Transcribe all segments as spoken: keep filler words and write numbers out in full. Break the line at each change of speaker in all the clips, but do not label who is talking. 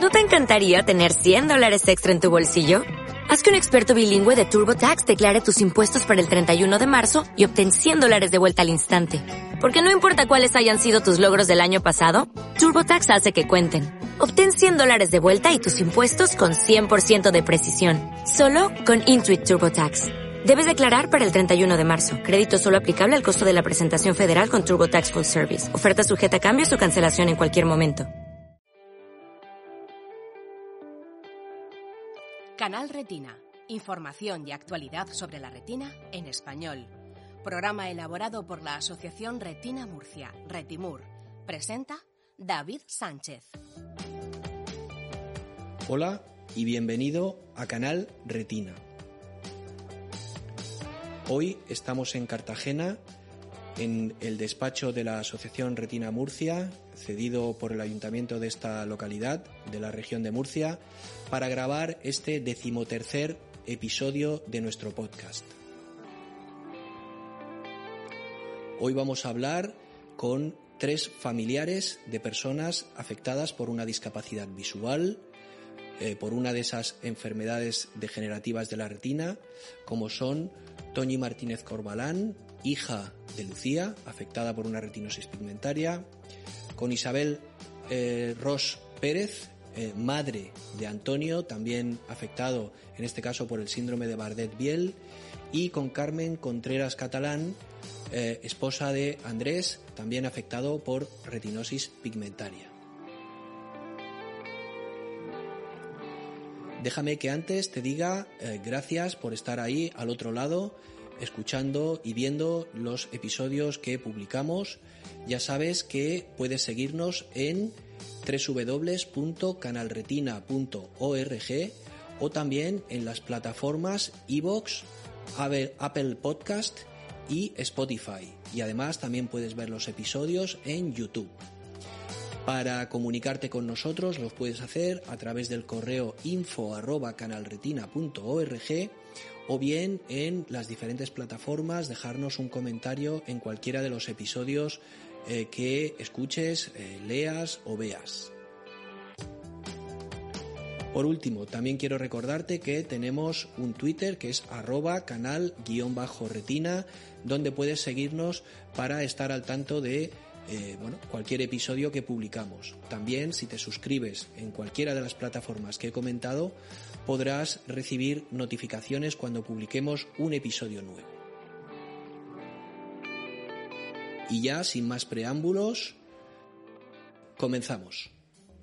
¿No te encantaría tener cien dólares extra en tu bolsillo? Haz que un experto bilingüe de TurboTax declare tus impuestos para el treinta y uno de marzo y obtén cien dólares de vuelta al instante. Porque no importa cuáles hayan sido tus logros del año pasado, TurboTax hace que cuenten. Obtén cien dólares de vuelta y tus impuestos con cien por ciento de precisión. Solo con Intuit TurboTax. Debes declarar para el treinta y uno de marzo. Crédito solo aplicable al costo de la presentación federal con TurboTax Full Service. Oferta sujeta a cambios o cancelación en cualquier momento.
Canal Retina. Información y actualidad sobre la retina en español. Programa elaborado por la Asociación Retina Murcia, Retimur. Presenta David Sánchez.
Hola y bienvenido a Canal Retina. Hoy estamos en Cartagena, en el despacho de la Asociación Retina Murcia, cedido por el ayuntamiento de esta localidad, de la región de Murcia, para grabar este decimotercer episodio de nuestro podcast. Hoy vamos a hablar con tres familiares de personas afectadas por una discapacidad visual, eh, por una de esas enfermedades degenerativas de la retina, como son Toñi Martínez Corbalán, hija de Lucía, afectada por una retinosis pigmentaria, con Isabel eh, Ros Pérez, eh, madre de Antonio, también afectado en este caso por el síndrome de Bardet-Biedl, y con Carmen Contreras Catalán, eh, esposa de Andrés, también afectado por retinosis pigmentaria. Déjame que antes te diga eh, gracias por estar ahí al otro lado, escuchando y viendo los episodios que publicamos. Ya sabes que puedes seguirnos en doble u doble u doble u punto canal retina punto org o también en las plataformas iVoox, Apple Podcast y Spotify. Y además también puedes ver los episodios en YouTube. Para comunicarte con nosotros los puedes hacer a través del correo info arroba canalretina punto org o bien en las diferentes plataformas dejarnos un comentario en cualquiera de los episodios eh, que escuches, eh, leas o veas. Por último, también quiero recordarte que tenemos un Twitter que es arroba canal guión bajo retina, donde puedes seguirnos para estar al tanto de eh, bueno, cualquier episodio que publicamos. También, si te suscribes en cualquiera de las plataformas que he comentado, podrás recibir notificaciones cuando publiquemos un episodio nuevo. Y ya, sin más preámbulos, comenzamos.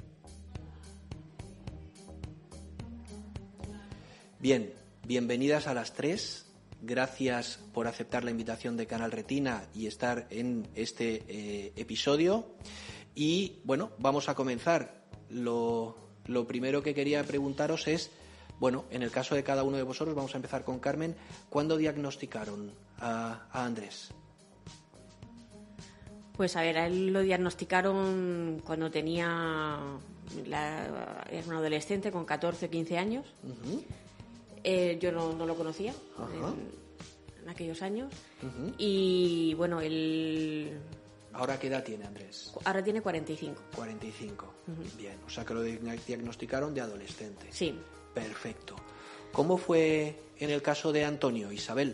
Bien, bienvenidas a las tres. Gracias por aceptar la invitación de Canal Retina y estar en este eh, episodio. Y bueno, vamos a comenzar. Lo, lo primero que quería preguntaros es, bueno, en el caso de cada uno de vosotros, vamos a empezar con Carmen. ¿Cuándo diagnosticaron a, a Andrés?
Pues a ver, a él lo diagnosticaron cuando tenía, la, era un adolescente con catorce o quince años. Uh-huh. Eh, yo no, no lo conocía en, en aquellos años. Uh-huh. Y bueno, él...
¿Ahora qué edad tiene Andrés?
Ahora tiene cuarenta y cinco.
cuarenta y cinco, uh-huh. Bien, o sea que lo diagnosticaron de adolescente.
Sí.
Perfecto. ¿Cómo fue en el caso de Antonio, Isabel?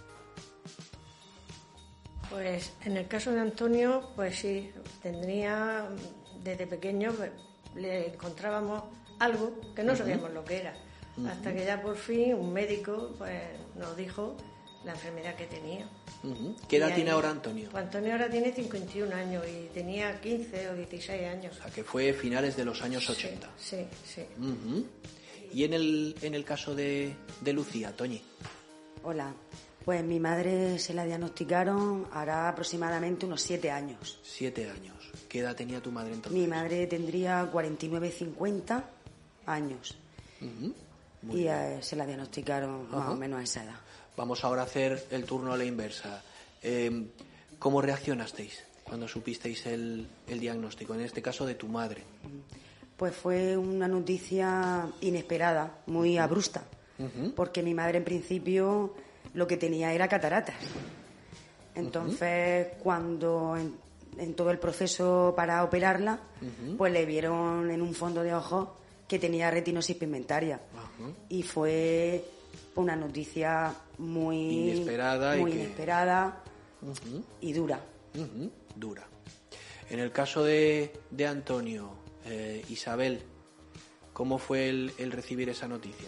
Pues en el caso de Antonio, pues sí, tendría, desde pequeño le encontrábamos algo que no sabíamos uh-huh. lo que era. Uh-huh. Hasta que ya por fin un médico pues nos dijo la enfermedad que tenía.
Uh-huh. ¿Qué edad
y
tiene
ahí,
ahora Antonio?
Pues Antonio ahora tiene cincuenta y un años y tenía quince o dieciséis años.
O sea, que fue finales de los años ochenta.
Sí, sí. sí.
Uh-huh. ¿Y en el, en el caso de, de Lucía, Toñi?
Hola, pues mi madre se la diagnosticaron hará aproximadamente unos siete años.
Siete años. ¿Qué edad tenía tu madre entonces?
Mi madre tendría cuarenta y nueve, cincuenta años. Uh-huh. Muy y eh, se la diagnosticaron uh-huh. más o menos a esa edad.
Vamos ahora a hacer el turno a la inversa. Eh, ¿Cómo reaccionasteis cuando supisteis el, el diagnóstico, en este caso de tu madre?
Pues fue una noticia inesperada, muy uh-huh. abrupta, uh-huh. porque mi madre en principio lo que tenía era cataratas. Entonces, uh-huh. cuando en, en todo el proceso para operarla, uh-huh. pues le vieron en un fondo de ojos que tenía retinosis pigmentaria.
Ajá.
Y fue una noticia muy
inesperada,
muy
y, que...
inesperada
uh-huh.
y dura.
Uh-huh. Dura. En el caso de, de Antonio, eh, Isabel, ¿cómo fue el, el recibir esa noticia?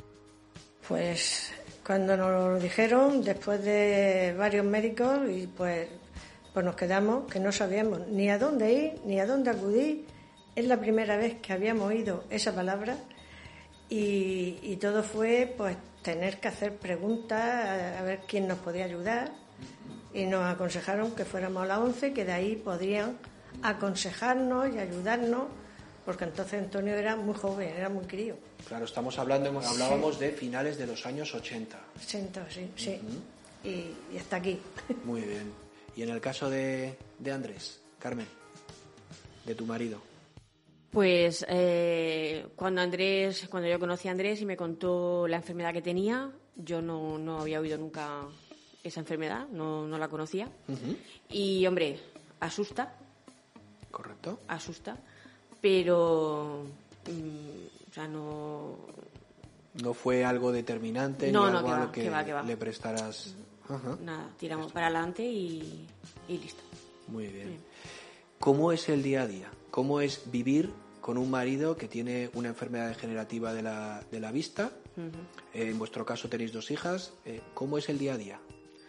Pues cuando nos lo dijeron, después de varios médicos, y pues, pues nos quedamos que no sabíamos ni a dónde ir, ni a dónde acudir. Es la primera vez que habíamos oído esa palabra y, y todo fue pues tener que hacer preguntas a, a ver quién nos podía ayudar, y nos aconsejaron que fuéramos a la ONCE, que de ahí podrían aconsejarnos y ayudarnos, porque entonces Antonio era muy joven, era muy crío.
Claro, estamos hablando, hablábamos sí. de finales de los años ochenta.
ochenta, sí, sí.
Uh-huh.
Y, y hasta aquí.
Muy bien. Y en el caso de, de Andrés, Carmen, de tu marido.
Pues eh, cuando Andrés, cuando yo conocí a Andrés y me contó la enfermedad que tenía, yo no, no había oído nunca esa enfermedad, no, no la conocía. Uh-huh. Y, hombre, asusta.
Correcto.
Asusta, pero, mm, o sea, no...
No fue algo determinante,
no,
ni
no,
algo
que
a
va,
lo que,
que va, que va.
le prestaras... Uh-huh.
Nada, tiramos Esto. para adelante y, y listo.
Muy bien. bien. ¿Cómo es el día a día? ¿Cómo es vivir con un marido que tiene una enfermedad degenerativa de la, de la vista? Uh-huh. Eh, en vuestro caso tenéis dos hijas. Eh, ¿Cómo es el día a día?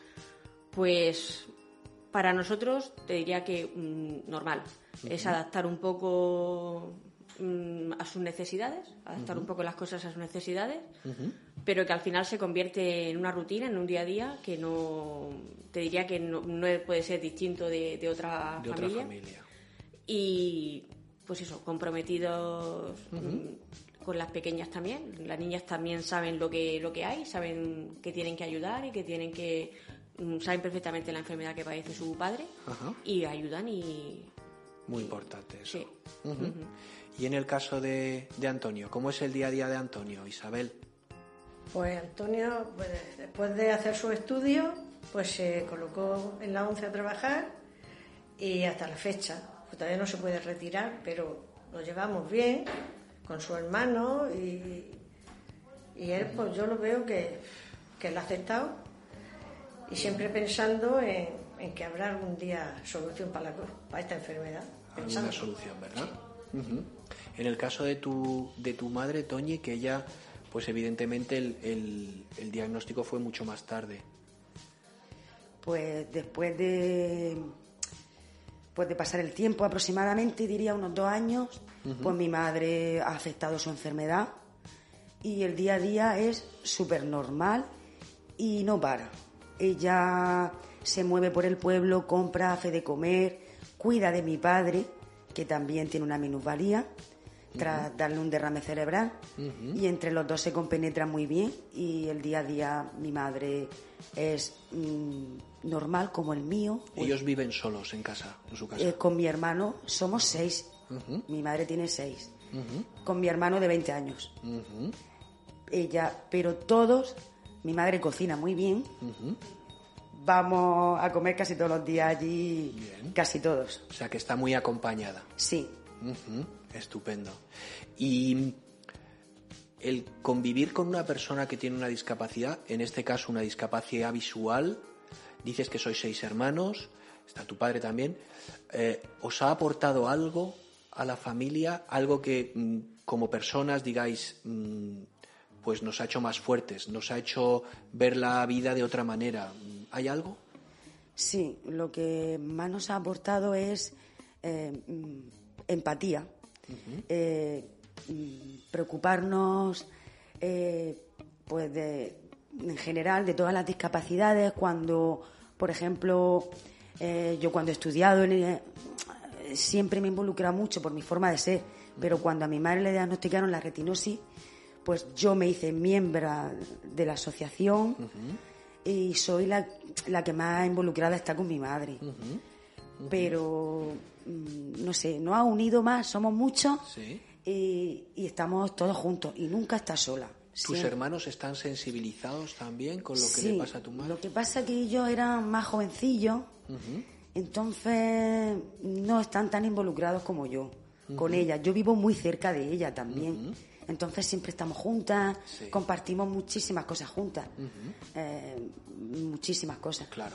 Pues para nosotros te diría que mmm, normal. Uh-huh. Es adaptar un poco mmm, a sus necesidades, adaptar uh-huh. un poco las cosas a sus necesidades, uh-huh. pero que al final se convierte en una rutina, en un día a día que no, te diría que no, no puede ser distinto de, de, otra,
de
familia.
otra familia.
Y pues eso, comprometidos uh-huh. mmm, con las pequeñas también. Las niñas también saben lo que, lo que hay, saben que tienen que ayudar y que tienen que... saben perfectamente la enfermedad que padece su padre. Ajá. Y ayudan y...
Muy importante eso.
Sí.
Uh-huh. Uh-huh. Y en el caso de, de Antonio, ¿cómo es el día a día de Antonio, Isabel?
Pues Antonio, pues, después de hacer su estudio, pues se colocó en la ONCE a trabajar y hasta la fecha. Pues todavía no se puede retirar, pero lo llevamos bien con su hermano y, y él, pues yo lo veo que, que lo ha aceptado. Y siempre pensando en, en que habrá algún día solución para, la, para esta enfermedad. Pensando.
Alguna solución, ¿verdad? Sí. Uh-huh. En el caso de tu, de tu madre, Toñi, que ella, pues evidentemente el, el, el diagnóstico fue mucho más tarde.
Pues después de, pues de pasar el tiempo, aproximadamente, diría unos dos años, uh-huh. pues mi madre ha aceptado su enfermedad y el día a día es súper normal y no para. Ella se mueve por el pueblo, compra, hace de comer, cuida de mi padre, que también tiene una minusvalía, tras uh-huh. darle un derrame cerebral, uh-huh. y entre los dos se compenetran muy bien y el día a día mi madre es mmm, normal como el mío.
¿Ellos viven solos en casa, en su casa?
Eh, con mi hermano somos uh-huh. seis, uh-huh. mi madre tiene seis, uh-huh. con mi hermano de veinte años. Uh-huh. Ella, pero todos... Mi madre cocina muy bien. Uh-huh. Vamos a comer casi todos los días allí, bien. Casi todos.
O sea que está muy acompañada.
Sí.
Uh-huh. Estupendo. Y el convivir con una persona que tiene una discapacidad, en este caso una discapacidad visual, dices que sois seis hermanos, está tu padre también, eh, ¿os ha aportado algo a la familia? Algo que mmm, como personas digáis... Mmm, pues nos ha hecho más fuertes, nos ha hecho ver la vida de otra manera. ¿Hay algo?
Sí, lo que más nos ha aportado es eh, empatía, uh-huh. eh, preocuparnos eh, pues de, en general de todas las discapacidades. Cuando, por ejemplo, eh, yo cuando he estudiado eh, siempre me he involucrado mucho por mi forma de ser, uh-huh. pero cuando a mi madre le diagnosticaron la retinosis, pues yo me hice miembro de la asociación uh-huh. y soy la, la que más involucrada está con mi madre. Uh-huh. Uh-huh. Pero, no sé, nos ha unido más, somos muchos ¿sí? y, y estamos todos juntos y nunca estás sola.
¿Tus sí. hermanos están sensibilizados también con lo que
sí,
le pasa a tu madre?
Lo que pasa es que ellos eran más jovencillos, uh-huh. entonces no están tan involucrados como yo. uh-huh. con ella. Yo vivo muy cerca de ella también. Uh-huh. Entonces siempre estamos juntas, sí. compartimos muchísimas cosas juntas. Uh-huh. Eh, muchísimas cosas.
Claro.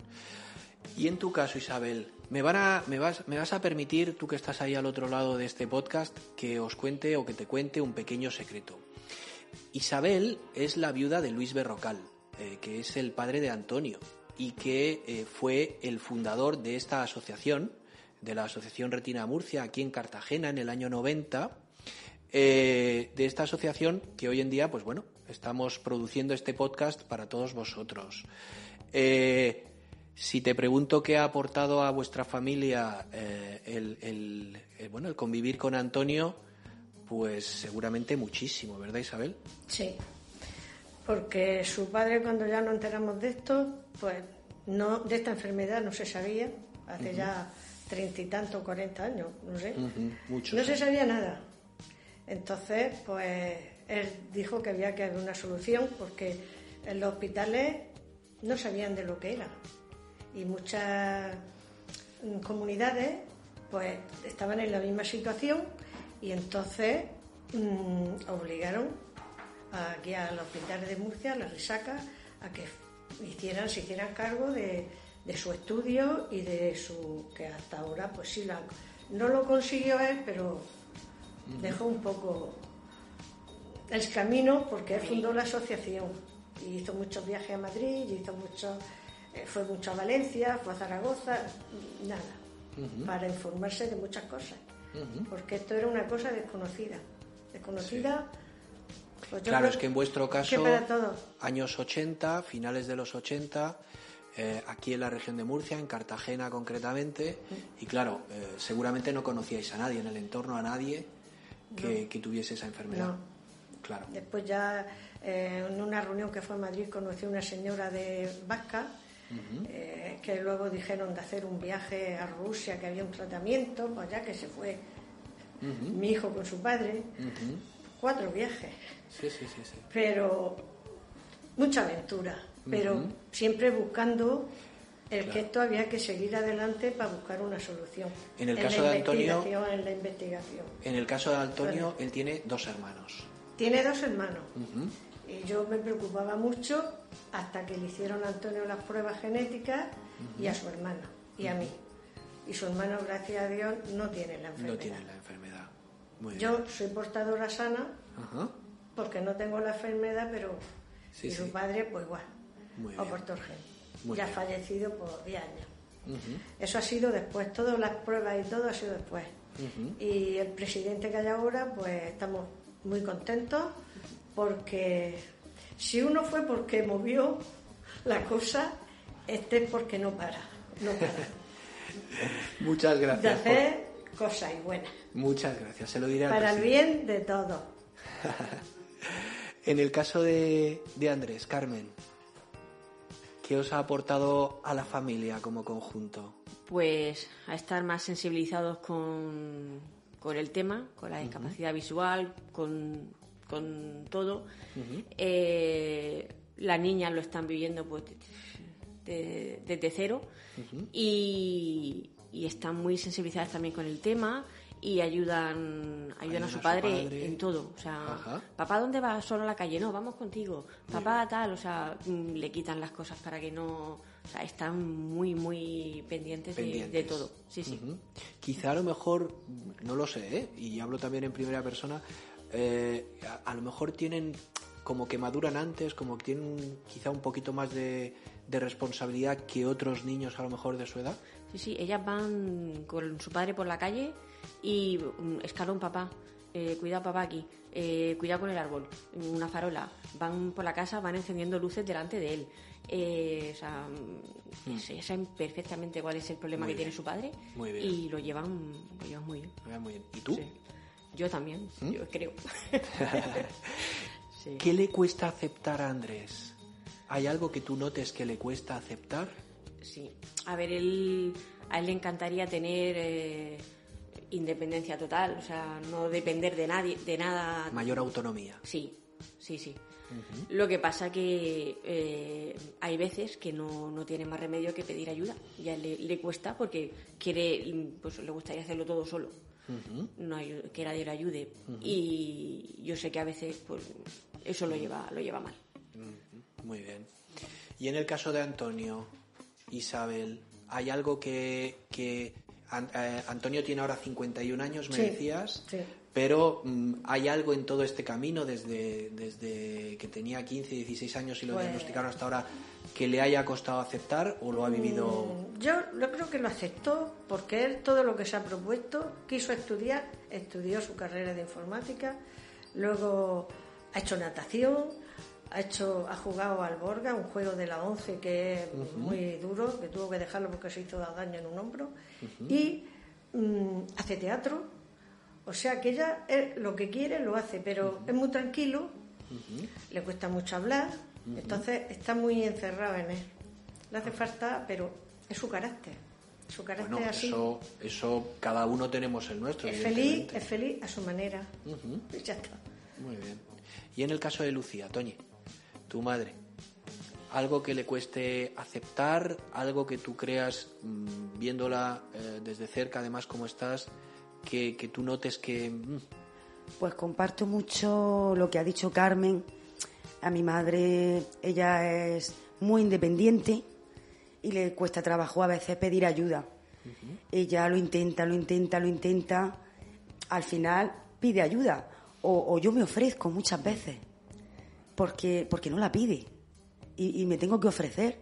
Y en tu caso, Isabel, me, van a, me, vas, me vas a permitir, tú que estás ahí al otro lado de este podcast, que os cuente o que te cuente un pequeño secreto. Isabel es la viuda de Luis Berrocal, eh, que es el padre de Antonio y que eh, fue el fundador de esta asociación, de la Asociación Retina Murcia, aquí en Cartagena en el año noventa, eh, de esta asociación que hoy en día, pues bueno, estamos produciendo este podcast para todos vosotros. Eh, si te pregunto qué ha aportado a vuestra familia eh, el, el, el, bueno, el convivir con Antonio, pues seguramente muchísimo, ¿verdad, Isabel?
Sí, porque su padre, cuando ya nos enteramos de esto, pues no, de esta enfermedad no se sabía, hace uh-huh. ya treinta y tantos, cuarenta años, no sé,
uh-huh. Muchos,
no
sí.
se sabía nada. Entonces, pues él dijo que había que haber una solución, porque en los hospitales no sabían de lo que era, y muchas comunidades pues estaban en la misma situación, y entonces mmm, obligaron aquí al hospital de Murcia, a la Risaca, a que hicieran, se hicieran cargo de, de su estudio y de su, que hasta ahora pues sí la, no lo consiguió él, pero dejó un poco el camino, porque él fundó la asociación y hizo muchos viajes a Madrid, y hizo muchos, eh, fue mucho a Valencia, fue a Zaragoza, nada, uh-huh. para informarse de muchas cosas. Uh-huh. Porque esto era una cosa desconocida. Desconocida.
Sí.
Pues
claro, es que en vuestro caso,
para todo.
años ochenta, finales de los ochenta, eh, aquí en la región de Murcia, en Cartagena concretamente, uh-huh. y claro, eh, seguramente no conocíais a nadie en el entorno, a nadie que, no. que tuviese esa enfermedad.
No.
Claro.
Después ya, eh, en una reunión que fue en Madrid, conocí a una señora de Vasca. Uh-huh. Eh, que luego dijeron de hacer un viaje a Rusia, que había un tratamiento, pues ya que se fue uh-huh. mi hijo con su padre, uh-huh. cuatro viajes,
sí, sí, sí, sí.
pero mucha aventura, uh-huh. pero siempre buscando el claro. que esto había que seguir adelante para buscar una solución.
En el
en
caso
la
de Antonio,
en la investigación.
En el caso de Antonio, bueno, él tiene dos hermanos.
Tiene dos hermanos.
Uh-huh.
Y yo me preocupaba mucho hasta que le hicieron a Antonio las pruebas genéticas uh-huh. y a su hermana y uh-huh. a mí. Y su hermano, gracias a Dios, no tiene la enfermedad.
No tiene la enfermedad. Muy bien.
Yo soy portadora sana
uh-huh.
porque no tengo la enfermedad, pero
sí,
y su
sí.
padre, pues igual.
Muy
o
bien.
por Torgen.
Muy
ya
bien.
fallecido por diez años.
Uh-huh.
Eso ha sido después. Todas las pruebas y todo ha sido después.
Uh-huh.
Y el presidente que hay ahora, pues estamos muy contentos, porque si uno fue porque movió la cosa, este es porque no para, no para.
Muchas gracias.
De hacer por... cosas y buenas.
Muchas gracias, se lo diré al
Para el
presidente.
bien de todos.
En el caso de, de Andrés, Carmen, ¿qué os ha aportado a la familia como conjunto?
Pues a estar más sensibilizados con, con el tema, con la discapacidad uh-huh. visual, con, con todo. Uh-huh. Eh, las niñas lo están viviendo pues desde de, de cero uh-huh. y, y están muy sensibilizadas también con el tema y ayudan ayudan a su, a su padre, padre en todo. O sea, ajá. papá, ¿dónde vas? Solo a la calle. No, vamos contigo. Papá, tal. O sea, le quitan las cosas para que no... O sea, están muy, muy pendientes, pendientes. De, de todo. Sí, sí.
Uh-huh. Quizá a lo mejor, no lo sé, ¿eh? Y hablo también en primera persona, eh, a, a lo mejor tienen como que maduran antes, como que tienen quizá un poquito más de, de responsabilidad que otros niños a lo mejor de su edad.
Sí, sí, ellas van con su padre por la calle y um, escalón papá, eh, cuidado papá aquí, eh, cuidado con el árbol, una farola, van por la casa, van encendiendo luces delante de él. Eh, o sea, mm. saben perfectamente cuál es el problema muy que bien. Tiene su padre
muy bien.
Y lo llevan, lo llevan muy bien.
Muy bien. ¿Y tú?
Sí. Yo también, ¿Mm? yo creo.
Sí. ¿Qué le cuesta aceptar a Andrés? ¿Hay algo que tú notes que le cuesta aceptar?
Sí, a ver, él, a él le encantaría tener eh, independencia total, o sea, no depender de nadie, de nada.
Mayor autonomía.
Sí, sí, sí. Uh-huh. Lo que pasa que eh, hay veces que no, no tiene más remedio que pedir ayuda y a él le, le cuesta porque quiere, pues le gustaría hacerlo todo solo. uh-huh. no ayude, que nadie le ayude. Uh-huh. Y yo sé que a veces pues eso lo lleva, lo lleva mal.
Uh-huh. Muy bien. Y en el caso de Antonio, Isabel, ¿hay algo que... que eh, Antonio tiene ahora cincuenta y un años, me
sí,
decías,
sí.
pero mm, ¿hay algo en todo este camino desde, desde que tenía quince, dieciséis años y lo pues... diagnosticaron hasta ahora que le haya costado aceptar o lo ha vivido?
Yo, yo creo que lo aceptó porque él todo lo que se ha propuesto, quiso estudiar, estudió su carrera de informática, luego ha hecho natación, ha hecho ha jugado al Borga, un juego de la once que es uh-huh. muy duro, que tuvo que dejarlo porque se hizo daño en un hombro, uh-huh. y um, hace teatro, o sea que ella él, lo que quiere lo hace, pero uh-huh. es muy tranquilo, uh-huh. le cuesta mucho hablar, uh-huh. entonces está muy encerrado en él, le hace falta, pero es su carácter, su carácter
bueno,
así.
Eso, eso cada uno tenemos el nuestro.
Es feliz, es feliz a su manera, uh-huh. y ya está.
Muy bien. Y en el caso de Lucía, Toñi, tu madre, algo que le cueste aceptar, algo que tú creas, mmm, viéndola eh, desde cerca, además como estás, que, que tú notes que... Mmm.
Pues comparto mucho lo que ha dicho Carmen. A mi madre, ella es muy independiente y le cuesta trabajo a veces pedir ayuda. Uh-huh. Ella lo intenta, lo intenta, lo intenta, al final pide ayuda, o, o yo me ofrezco muchas veces. Porque, porque no la pide y, y me tengo que ofrecer,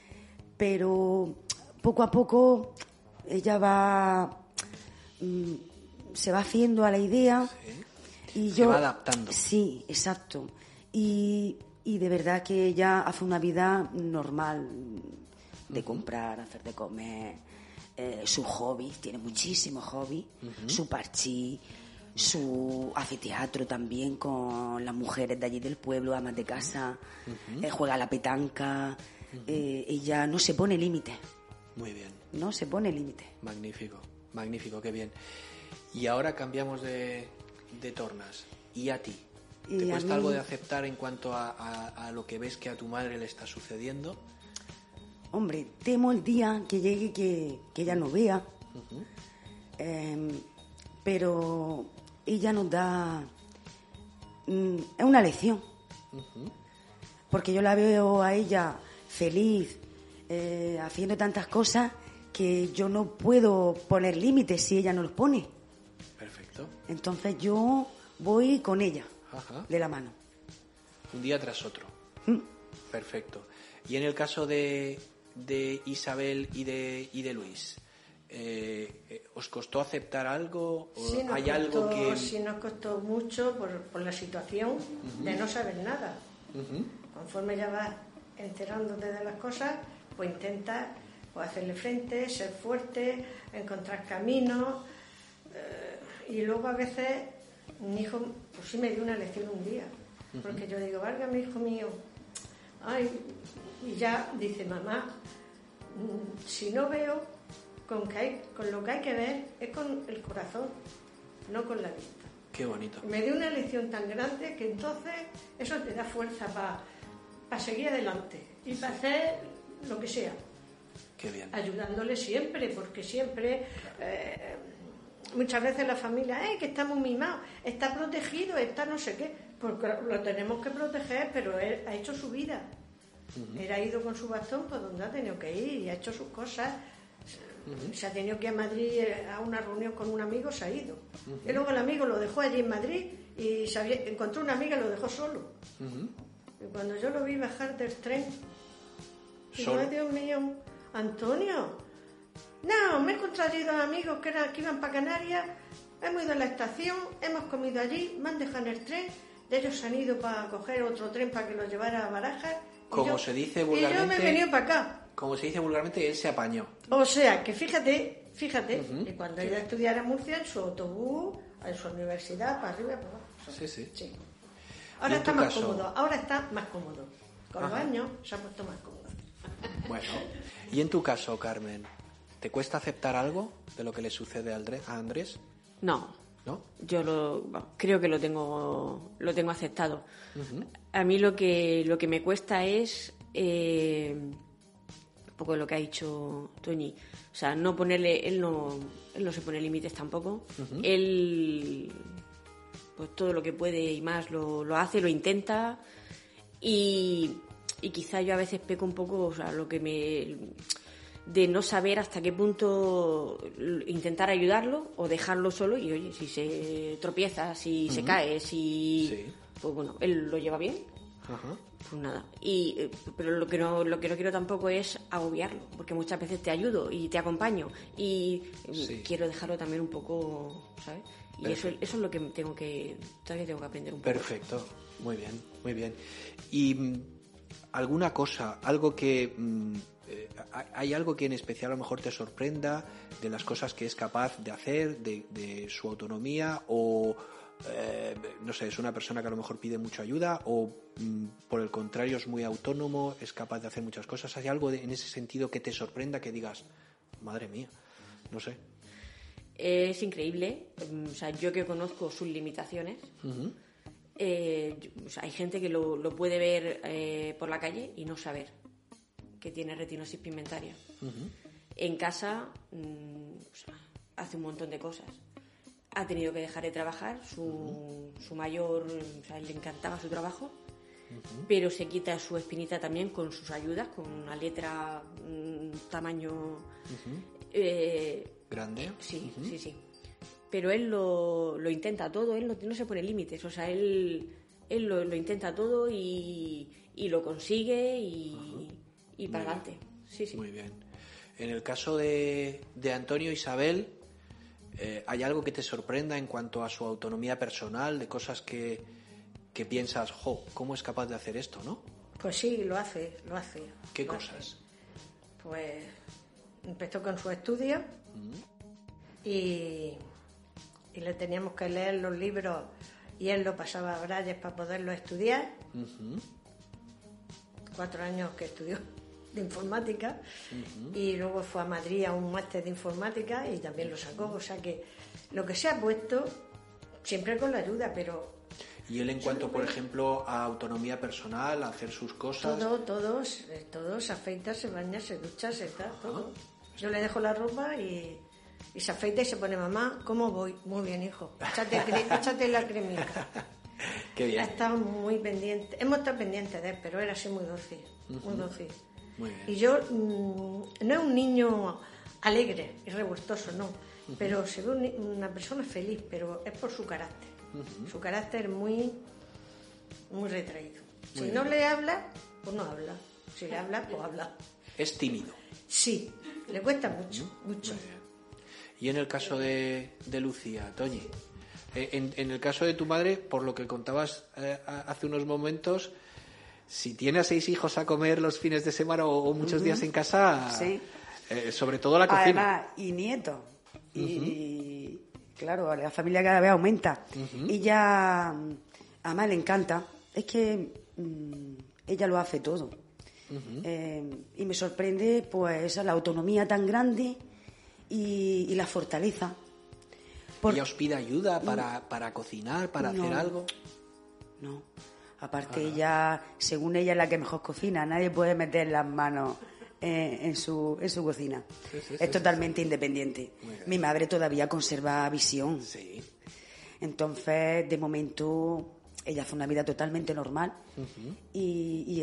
pero poco a poco ella va mmm, se va haciendo a la idea, sí. y
se
yo
va adaptando.
Sí, exacto, y, y de verdad que ella hace una vida normal de uh-huh. comprar, hacer de comer, eh, sus hobbies, tiene muchísimos hobbies, uh-huh. su parchís, su hace teatro también con las mujeres de allí del pueblo, amas de casa, uh-huh. eh, juega a la petanca, uh-huh. eh, ella no se pone límites.
Muy bien.
No se pone límites.
Magnífico, magnífico, qué bien. Y ahora cambiamos de, de tornas. ¿Y a ti? ¿Te
y
cuesta
mí...
algo de aceptar en cuanto a, a, a lo que ves que a tu madre le está sucediendo?
Hombre, temo el día que llegue que, que ella no vea,
uh-huh.
eh, pero ella nos da... Mm, es una lección, uh-huh. porque yo la veo a ella feliz, eh, haciendo tantas cosas que yo no puedo poner límites si ella no los pone.
Perfecto.
Entonces yo voy con ella,
Ajá.
de la mano.
Un día tras otro.
¿Mm?
Perfecto. Y en el caso de, de Isabel y de, y de Luis, eh, ¿os costó aceptar algo? ¿O
sí, nos
hay
costó,
algo que...?
Sí, nos costó mucho por, por la situación uh-huh. de no saber nada.
Uh-huh.
Conforme ya vas enterándote de las cosas, pues intentas pues, hacerle frente, ser fuerte, encontrar caminos. Eh, y luego a veces mi hijo, pues sí me dio una lección un día. Uh-huh. Porque yo digo, válgame, hijo mío. Ay, y ya dice, mamá, si no veo, con, que hay, con lo que hay que ver es con el corazón, no con la vista.
Qué bonito.
Me dio una lección tan grande que entonces eso te da fuerza para pa seguir adelante y para hacer lo que sea.
Qué bien.
Ayudándole siempre, porque siempre, eh, muchas veces la familia, eh, que está muy mimado, está protegido, está no sé qué, porque lo tenemos que proteger, pero él ha hecho su vida. Uh-huh. Él ha ido con su bastón por donde ha tenido que ir y ha hecho sus cosas. Uh-huh. Se ha tenido que ir a Madrid a una reunión con un amigo, se ha ido. Uh-huh. Y luego el amigo lo dejó allí en Madrid y se había, encontró una amiga y lo dejó solo. Uh-huh. Y cuando yo lo vi bajar del tren, digo, ay Dios mío, Antonio, no, me he encontrado allí dos amigos que, eran, que iban para Canarias, hemos ido a la estación, hemos comido allí, me han dejado en el tren, de ellos se han ido para coger otro tren para que los llevara a Barajas.
Como
yo,
se dice vulgarmente.
Y yo me he venido para acá.
Como se dice vulgarmente, él se apañó.
O sea, que fíjate, fíjate,
uh-huh.
que cuando iba a estudiar a Murcia, en su autobús, en su universidad, para arriba, para abajo.
Sí, sí.
sí. Ahora está más caso... cómodo, ahora está más cómodo. Con Ajá. los años se ha puesto más cómodo.
Bueno, y en tu caso, Carmen, ¿te cuesta aceptar algo de lo que le sucede a Andrés?
No.
¿No?
Yo lo, creo que lo tengo, lo tengo aceptado.
Uh-huh.
A mí lo que, lo que me cuesta es... Eh, poco lo que ha dicho Toñi. O sea, no ponerle, él no, él no se pone límites tampoco. Uh-huh. Él, pues todo lo que puede y más lo, lo hace, lo intenta. Y, y quizá yo a veces peco un poco, o sea, lo que me... de no saber hasta qué punto intentar ayudarlo o dejarlo solo y, oye, si se tropieza, si uh-huh. se cae, si... Sí. Pues bueno, él lo lleva bien. Uh-huh. Pues nada. Y, pero lo que, no, lo que no quiero tampoco es agobiarlo, porque muchas veces te ayudo y te acompaño y sí. quiero dejarlo también un poco, ¿sabes? Y eso, eso es lo que tengo que... todavía tengo que aprender un poco.
Perfecto. Muy bien, muy bien. Y mm, alguna cosa, algo que... Mm, ¿hay algo que en especial a lo mejor te sorprenda de las cosas que es capaz de hacer, de, de su autonomía o, eh, no sé, es una persona que a lo mejor pide mucha ayuda o mm, por el contrario es muy autónomo, es capaz de hacer muchas cosas? ¿Hay algo de, en ese sentido que te sorprenda, que digas, madre mía, no sé?
Es increíble, o sea, yo que conozco sus limitaciones, uh-huh. eh, o sea, hay gente que lo, lo puede ver eh, por la calle y no saber que tiene retinosis pigmentaria. Uh-huh. En casa mmm, o sea, hace un montón de cosas. Ha tenido que dejar de trabajar, su, uh-huh. su mayor, o sea, le encantaba su trabajo, uh-huh. pero se quita su espinita también con sus ayudas, con una letra un tamaño uh-huh. eh,
grande.
Sí,
uh-huh.
sí, sí. Pero él lo, lo intenta todo, él no, no se pone límites, o sea, él, él lo, lo intenta todo y, y lo consigue y... Uh-huh. Y para adelante, sí, sí.
Muy bien. En el caso de, de Antonio, Isabel, eh, ¿hay algo que te sorprenda en cuanto a su autonomía personal, de cosas que, que piensas, jo, ¿cómo es capaz de hacer esto, no?
Pues sí, lo hace, lo hace.
¿Qué
lo
cosas?
Hace. Pues empezó con su estudio mm. y, y le teníamos que leer los libros y él lo pasaba a Brayes para poderlo estudiar. Uh-huh. Cuatro años que estudió de informática uh-huh. y luego fue a Madrid a un máster de informática y también lo sacó, o sea que lo que se ha puesto siempre con la ayuda, pero...
¿Y él en cuanto, por ejemplo, a autonomía personal, a hacer sus cosas?
Todo, todos, todos, se afeita, se baña, se ducha, se da, todo. Yo le dejo la ropa y, y se afeita y se pone, mamá, ¿cómo voy? Muy bien, hijo, échate, échate la cremita.
Qué bien.
Ha estado muy pendiente, hemos estado pendientes de él, pero era así muy dócil, uh-huh. muy dócil.
Muy bien.
Y yo, mmm, no es un niño alegre y revoltoso, no, uh-huh. pero se ve un, una persona feliz, pero es por su carácter. Uh-huh. Su carácter muy, muy retraído. Muy si bien. No le habla, pues no habla. Si le habla, pues habla.
Es tímido.
Sí, le cuesta mucho, uh-huh. mucho.
Y en el caso de, de Lucía, Toñi, en, en el caso de tu madre, por lo que contabas eh, hace unos momentos, si tiene a seis hijos a comer los fines de semana o, o muchos uh-huh. días en casa, sí. eh, sobre todo la cocina.
Además, y nietos. Uh-huh. Y claro, la familia cada vez aumenta. Uh-huh. Ella, además le encanta, es que mmm, ella lo hace todo. Uh-huh. Eh, y me sorprende pues la autonomía tan grande y, y la fortaleza.
Por... ¿Ella os pide ayuda para, para cocinar, para no, hacer algo?
No. Aparte, ah. ella, según ella, es la que mejor cocina. Nadie puede meter las manos eh, en, su, en su cocina. Sí, sí, es sí, totalmente sí. independiente. Mi madre todavía conserva visión.
Sí.
Entonces, de momento, ella hace una vida totalmente normal. Uh-huh. y, y,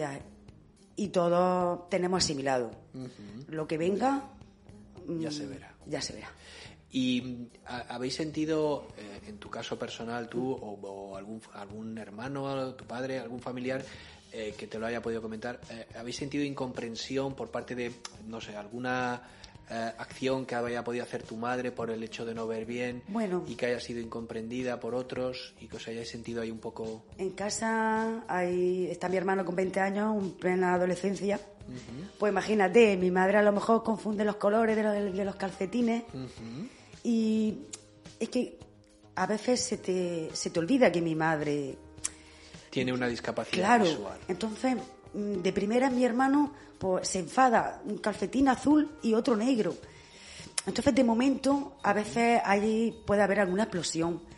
y todos tenemos asimilado. Uh-huh. Lo que venga...
Ya se verá.
Ya se verá.
¿Y habéis sentido, eh, en tu caso personal, tú o, o algún, algún hermano, tu padre, algún familiar eh, que te lo haya podido comentar, eh, habéis sentido incomprensión por parte de, no sé, alguna eh, acción que haya podido hacer tu madre por el hecho de no ver bien
bueno,
y que haya sido incomprendida por otros y que os hayáis sentido ahí un poco...?
En casa hay, está mi hermano con veinte años, en plena adolescencia. Uh-huh. Pues imagínate, mi madre a lo mejor confunde los colores de los, de los calcetines. Uh-huh. Y es que a veces se te, se te olvida que mi madre...
Tiene una discapacidad
claro,
visual.
Entonces, de primera mi hermano pues se enfada, un calcetín azul y otro negro. Entonces, de momento, a veces ahí puede haber alguna explosión.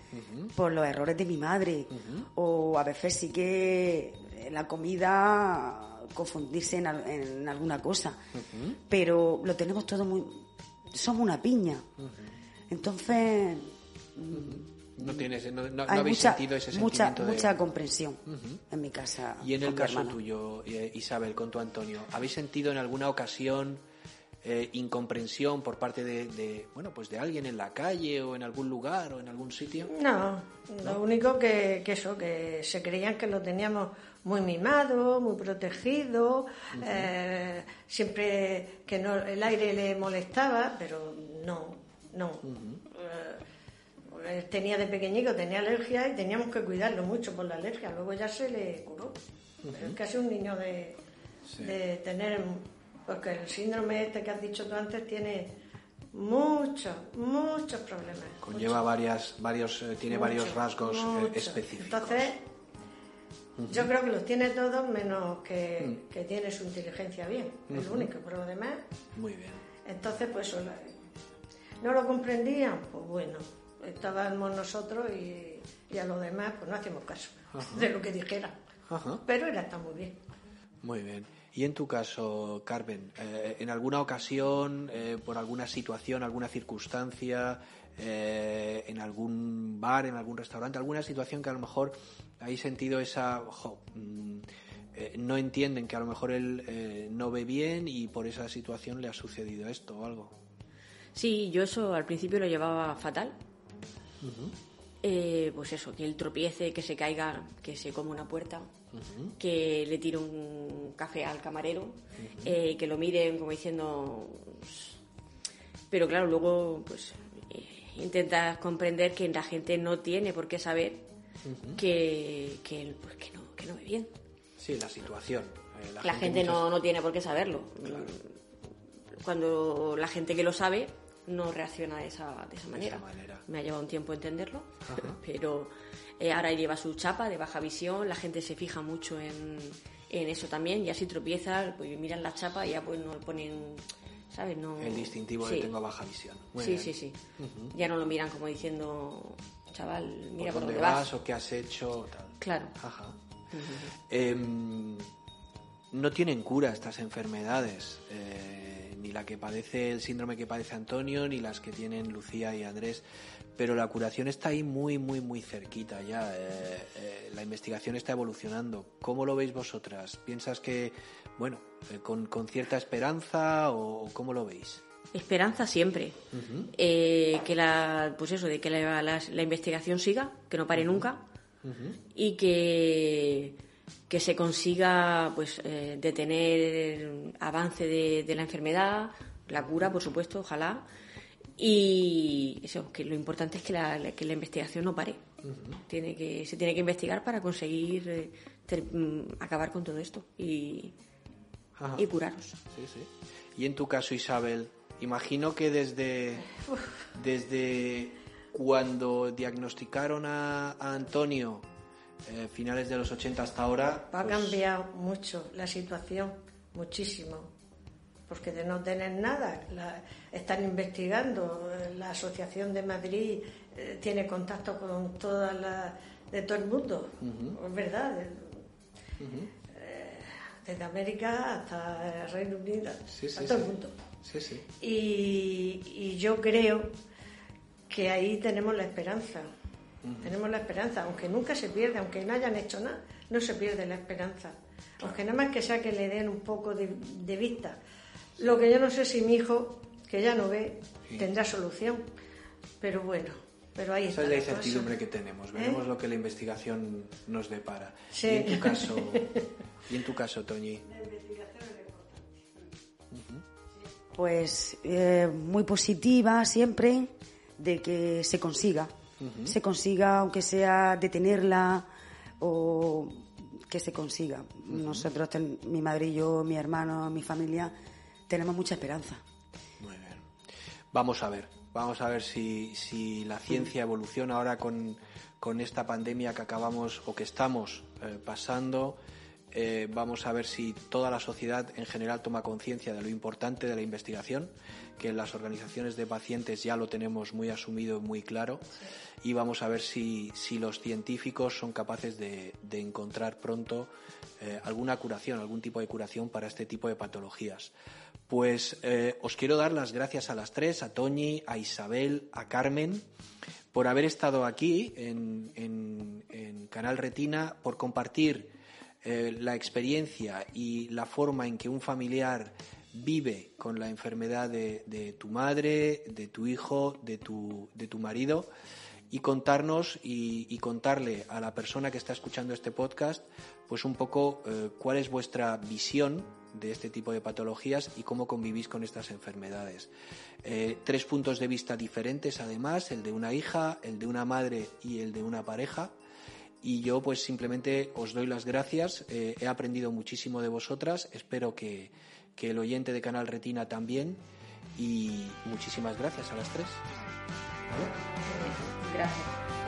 uh-huh. por los errores de mi madre, uh-huh. o a veces sí que la comida confundirse en, en alguna cosa, uh-huh. pero lo tenemos todo muy... somos una piña, uh-huh. entonces...
Uh-huh. No tienes, no, no, no
Hay
habéis
mucha,
sentido ese
mucha,
sentimiento de...
mucha comprensión
uh-huh.
en mi casa.
Y en el caso
hermana.
tuyo, Isabel, con tu Antonio, ¿habéis sentido en alguna ocasión eh, incomprensión por parte de, de, bueno, pues de alguien en la calle o en algún lugar o en algún sitio?
No, lo ¿No? único que, que eso, que se creían que lo teníamos muy mimado, muy protegido, uh-huh. eh, siempre que no, el aire le molestaba, pero no, no. Uh-huh. Eh, tenía de pequeñico, tenía alergia y teníamos que cuidarlo mucho por la alergia, luego ya se le curó. Uh-huh. Pero es casi un niño de, sí. de tener, porque el síndrome este que has dicho tú antes tiene muchos, muchos problemas.
Conlleva
muchos.
varias, varios, eh, tiene mucho, varios rasgos eh, específicos.
Entonces, uh-huh. yo creo que los tiene todos menos que, uh-huh. que tiene su inteligencia bien, uh-huh. es lo único, pero lo demás...
Muy bien.
Entonces, pues, ¿no lo comprendían? Pues bueno... estábamos nosotros y, y a los demás pues no hacíamos caso Ajá. de lo que dijeran. Ajá. Pero era está muy bien.
Muy bien. Y en tu caso, Carmen, eh, ¿en alguna ocasión, eh, por alguna situación, alguna circunstancia, eh, en algún bar, en algún restaurante, alguna situación que a lo mejor habéis sentido esa... Jo, mmm, eh, no entienden que a lo mejor él eh, no ve bien y por esa situación le ha sucedido esto o algo?
Sí, yo eso al principio lo llevaba fatal.
Uh-huh.
Eh, pues eso, que él tropiece, que se caiga, que se come una puerta, uh-huh. que le tire un café al camarero, uh-huh. eh, que lo miren como diciendo... Pero claro, luego pues eh, intentas comprender que la gente no tiene por qué saber uh-huh. que, que él pues, que no, que no ve bien.
Sí, la situación.
Eh, la, la gente, gente muchas... no, no tiene por qué saberlo. Claro. Cuando la gente que lo sabe no reacciona de esa, de esa manera.
De esa manera.
Me ha llevado un tiempo entenderlo, Ajá. pero eh, ahora lleva su chapa de baja visión, la gente se fija mucho en, en eso también, ya si tropieza, pues miran la chapa y ya pues no ponen, ¿sabes? No...
El distintivo sí. de tengo baja visión. Muy
sí,
bien.
sí, sí, uh-huh. Ya no lo miran como diciendo, chaval, mira
por,
por
dónde
vas.
vas o qué has hecho, tal.
Claro.
Ajá. Uh-huh. Eh, no tienen cura estas enfermedades, eh, ni la que padece, el síndrome que padece Antonio, ni las que tienen Lucía y Andrés, pero la curación está ahí muy, muy, muy cerquita ya. Eh, eh, la investigación está evolucionando. ¿Cómo lo veis vosotras? ¿Piensas que, bueno, eh, con, con cierta esperanza o cómo lo veis?
Esperanza siempre. Uh-huh. Eh, que la, pues eso, de que la, la, la investigación siga, que no pare uh-huh. nunca, uh-huh. y que que se consiga pues eh, detener avance de, de la enfermedad, la cura, por supuesto, ojalá, y eso, que lo importante es que la, que la investigación no pare. Uh-huh. Tiene que, se tiene que investigar para conseguir eh, ter, acabar con todo esto y, y curaros.
Sí, sí. Y en tu caso, Isabel, imagino que desde, desde cuando diagnosticaron a, a Antonio, Eh, finales de los ochenta hasta ahora...
Ha pues... cambiado mucho la situación, muchísimo, porque de no tener nada, la, están investigando, la Asociación de Madrid eh, tiene contacto con toda la, de todo el mundo, uh-huh. es verdad, de, uh-huh. eh, desde América hasta el Reino Unido,
sí,
a
sí,
todo
sí.
el mundo.
Sí, sí.
Y, y yo creo que ahí tenemos la esperanza. Uh-huh. Tenemos la esperanza, aunque nunca se pierde, aunque no hayan hecho nada, no se pierde la esperanza. Claro. Aunque nada más que sea que le den un poco de, de vista. Lo que yo no sé si mi hijo, que ya no ve, sí. tendrá solución. Pero bueno, pero ahí
está. Esa es la incertidumbre que tenemos. Veremos ¿Eh? lo que la investigación nos depara. Sí. Y en tu caso, y en tu caso, Toñi.
La investigación es importante.
Uh-huh. Pues eh, muy positiva siempre de que se consiga. Uh-huh. Se consiga, aunque sea detenerla o que se consiga. Uh-huh. Nosotros, ten, mi madre y yo, mi hermano, mi familia, tenemos mucha esperanza.
Muy bien. Vamos a ver, vamos a ver si, si la ciencia uh-huh. evoluciona ahora con, con esta pandemia que acabamos o que estamos eh, pasando. Eh, vamos a ver si toda la sociedad en general toma conciencia de lo importante de la investigación, que en las organizaciones de pacientes ya lo tenemos muy asumido, muy claro, y vamos a ver si, si los científicos son capaces de, de encontrar pronto eh, alguna curación, algún tipo de curación para este tipo de patologías. Pues eh, os quiero dar las gracias a las tres, a Toñi, a Isabel, a Carmen, por haber estado aquí en, en, en Canal Retina, por compartir Eh, la experiencia y la forma en que un familiar vive con la enfermedad de, de tu madre, de tu hijo, de tu, de tu marido, y contarnos y, y contarle a la persona que está escuchando este podcast pues un poco eh, cuál es vuestra visión de este tipo de patologías y cómo convivís con estas enfermedades. Eh, tres puntos de vista diferentes, además, el de una hija, el de una madre y el de una pareja. Y yo pues simplemente os doy las gracias, eh, he aprendido muchísimo de vosotras, espero que, que el oyente de Canal Retina también, y muchísimas gracias a las tres. ¿Vale?
Gracias.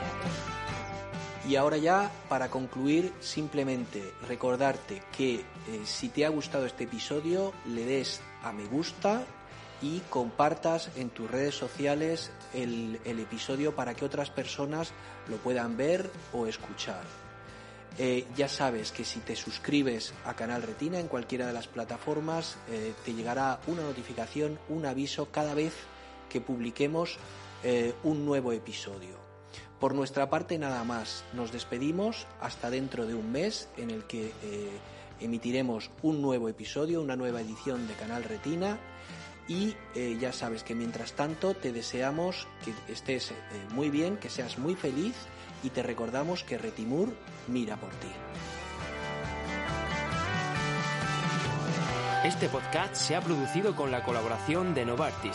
Y ahora ya, para concluir, simplemente recordarte que eh, si te ha gustado este episodio, le des a me gusta y compartas en tus redes sociales el, el episodio para que otras personas lo puedan ver o escuchar. Eh, ya sabes que si te suscribes a Canal Retina en cualquiera de las plataformas, eh, te llegará una notificación, un aviso cada vez que publiquemos eh, un nuevo episodio. Por nuestra parte nada más, nos despedimos hasta dentro de un mes en el que eh, emitiremos un nuevo episodio, una nueva edición de Canal Retina. Y eh, ya sabes que mientras tanto te deseamos que estés eh, muy bien, que seas muy feliz, y te recordamos que Retimur mira por ti.
Este podcast se ha producido con la colaboración de Novartis.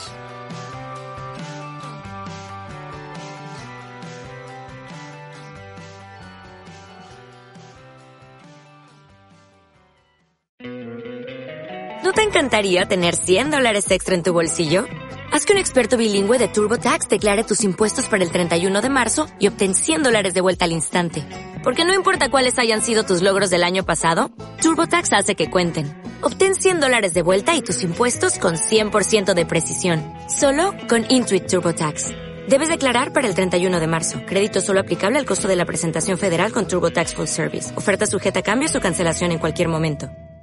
¿No te encantaría tener cien dólares extra en tu bolsillo? Haz que un experto bilingüe de TurboTax declare tus impuestos para el treinta y uno de marzo y obtén cien dólares de vuelta al instante. Porque no importa cuáles hayan sido tus logros del año pasado, TurboTax hace que cuenten. Obtén cien dólares de vuelta y tus impuestos con cien por ciento de precisión. Solo con Intuit TurboTax. Debes declarar para el treinta y uno de marzo. Crédito solo aplicable al costo de la presentación federal con TurboTax Full Service. Oferta sujeta a cambios o cancelación en cualquier momento.